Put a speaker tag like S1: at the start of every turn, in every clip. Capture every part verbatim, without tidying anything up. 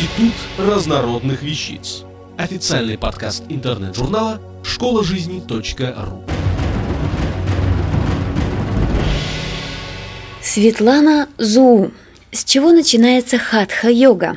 S1: Институт разнородных вещиц. Официальный подкаст интернет-журнала школа жизни точка ру.
S2: Светлана Зуу. С чего начинается хатха-йога?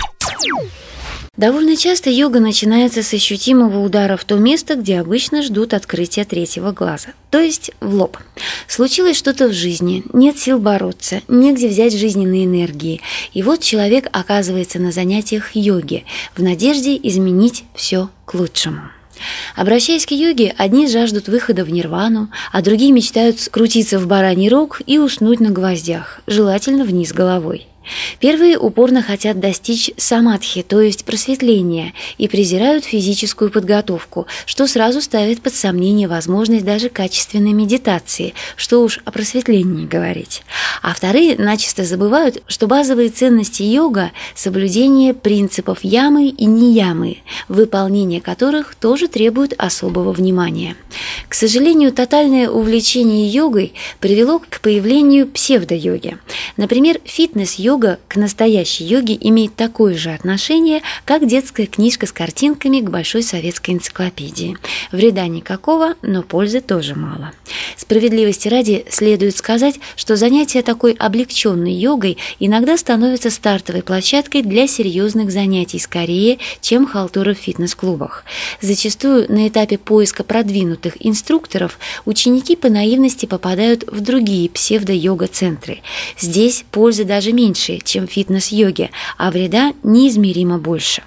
S2: Довольно часто йога начинается с ощутимого удара в то место, где обычно ждут открытия третьего глаза, то есть в лоб. Случилось что-то в жизни, нет сил бороться, негде взять жизненные энергии, и вот человек оказывается на занятиях йоги в надежде изменить все к лучшему. Обращаясь к йоге, одни жаждут выхода в нирвану, а другие мечтают скрутиться в бараний рог и уснуть на гвоздях, желательно вниз головой. Первые упорно хотят достичь самадхи, то есть просветления, и презирают физическую подготовку, что сразу ставит под сомнение возможность даже качественной медитации, что уж о просветлении говорить. А вторые начисто забывают, что базовые ценности йога – соблюдение принципов ямы и ниямы, выполнение которых тоже требует особого внимания. К сожалению, тотальное увлечение йогой привело к появлению псевдо-йоги. Например, фитнес-йога к настоящей йоге имеет такое же отношение, как детская книжка с картинками к большой советской энциклопедии. Вреда никакого, но пользы тоже мало. Справедливости ради следует сказать, что занятия такой облегченной йогой иногда становятся стартовой площадкой для серьезных занятий скорее, чем халтура в фитнес-клубах. Зачастую на этапе поиска продвинутых инструкторов ученики по наивности попадают в другие псевдо-йога-центры. Здесь пользы даже меньше, чем в фитнес-йоге, а вреда неизмеримо больше.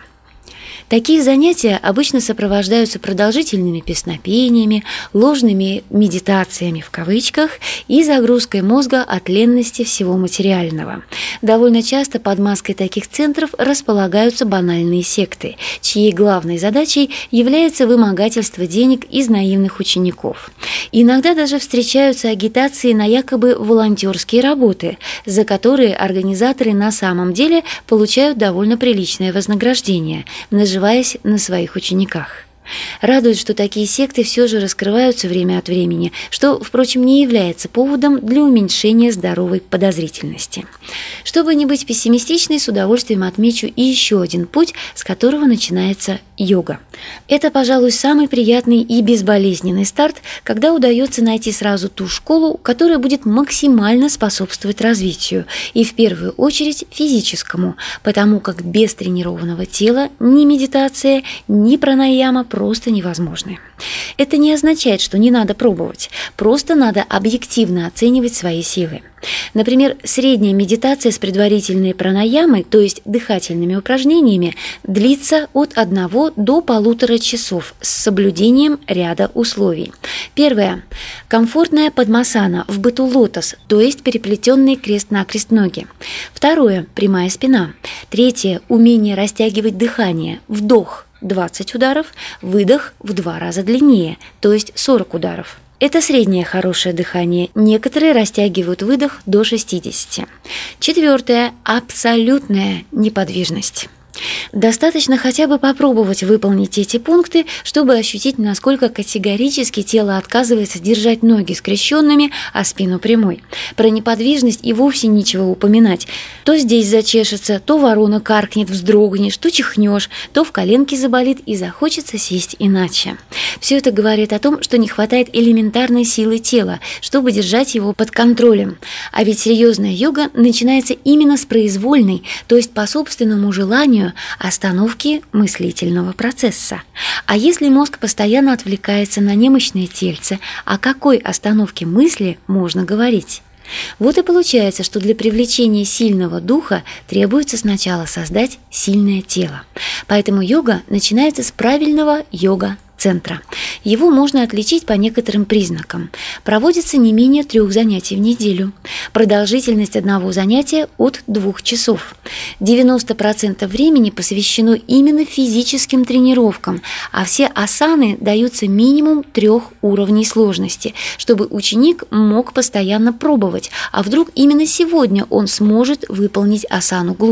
S2: Такие занятия обычно сопровождаются продолжительными песнопениями, ложными «медитациями» в кавычках и загрузкой мозга от ленности всего материального. Довольно часто под маской таких центров располагаются банальные секты, чьей главной задачей является вымогательство денег из наивных учеников. Иногда даже встречаются агитации на якобы волонтерские работы, за которые организаторы на самом деле получают довольно приличное вознаграждение, наживаясь на своих учениках. Радует, что такие секты все же раскрываются время от времени, что, впрочем, не является поводом для уменьшения здоровой подозрительности. Чтобы не быть пессимистичной, с удовольствием отмечу и еще один путь, с которого начинается йога. Это, пожалуй, самый приятный и безболезненный старт, когда удается найти сразу ту школу, которая будет максимально способствовать развитию, и в первую очередь физическому, потому как без тренированного тела ни медитация, ни пранаяма просто невозможны. Это не означает, что не надо пробовать, просто надо объективно оценивать свои силы. Например, средняя медитация с предварительной пранаямой, то есть дыхательными упражнениями, длится от одного до полутора часов с соблюдением ряда условий. Первое. Комфортная падмасана в быту лотос, то есть переплетенные крест-накрест ноги. Второе. Прямая спина. Третье. Умение растягивать дыхание. Вдох двадцать ударов, выдох в два раза длиннее, то есть сорок ударов. Это среднее хорошее дыхание. Некоторые растягивают выдох до шестидесяти. Четвертое. Абсолютная неподвижность. Достаточно хотя бы попробовать выполнить эти пункты, чтобы ощутить, насколько категорически тело отказывается держать ноги скрещенными, а спину прямой. Про неподвижность и вовсе нечего упоминать. То здесь зачешется, то ворона каркнет, вздрогнешь, то чихнешь, то в коленке заболит и захочется сесть иначе. Все это говорит о том, что не хватает элементарной силы тела, чтобы держать его под контролем. А ведь серьезная йога начинается именно с произвольной, то есть по собственному желанию, остановки мыслительного процесса. А если мозг постоянно отвлекается на немощное тельце, о какой остановке мысли можно говорить? Вот и получается, что для привлечения сильного духа требуется сначала создать сильное тело. Поэтому йога начинается с правильного йога-центра. Его можно отличить по некоторым признакам. Проводится не менее трех занятий в неделю. Продолжительность одного занятия от двух часов. девяносто процентов времени посвящено именно физическим тренировкам, а все асаны даются минимум трех уровней сложности, чтобы ученик мог постоянно пробовать, а вдруг именно сегодня он сможет выполнить асану глубже.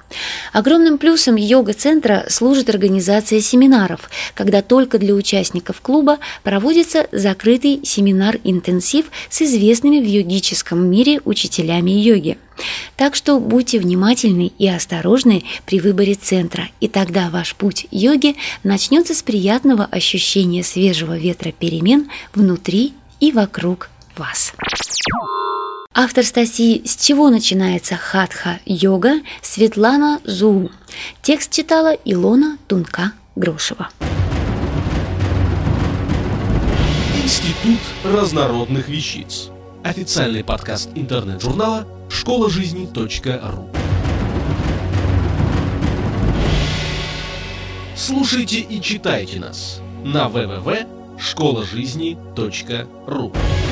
S2: Огромным плюсом йога-центра служит организация семинаров, когда только для участников клуба проводится закрытый семинар-интенсив с известными в йогическом мире учителями йоги. Так что будьте внимательны и осторожны при выборе центра, и тогда ваш путь йоги начнется с приятного ощущения свежего ветра перемен внутри и вокруг вас. Автор статьи «С чего начинается хатха-йога» Светлана Зуу. Текст читала Илона Тунка-Грошева.
S1: Институт разнородных вещиц. Официальный подкаст интернет-журнала школа жизни точка ру. Слушайте и читайте нас на дабл ю дабл ю дабл ю точка школа жизни точка ру.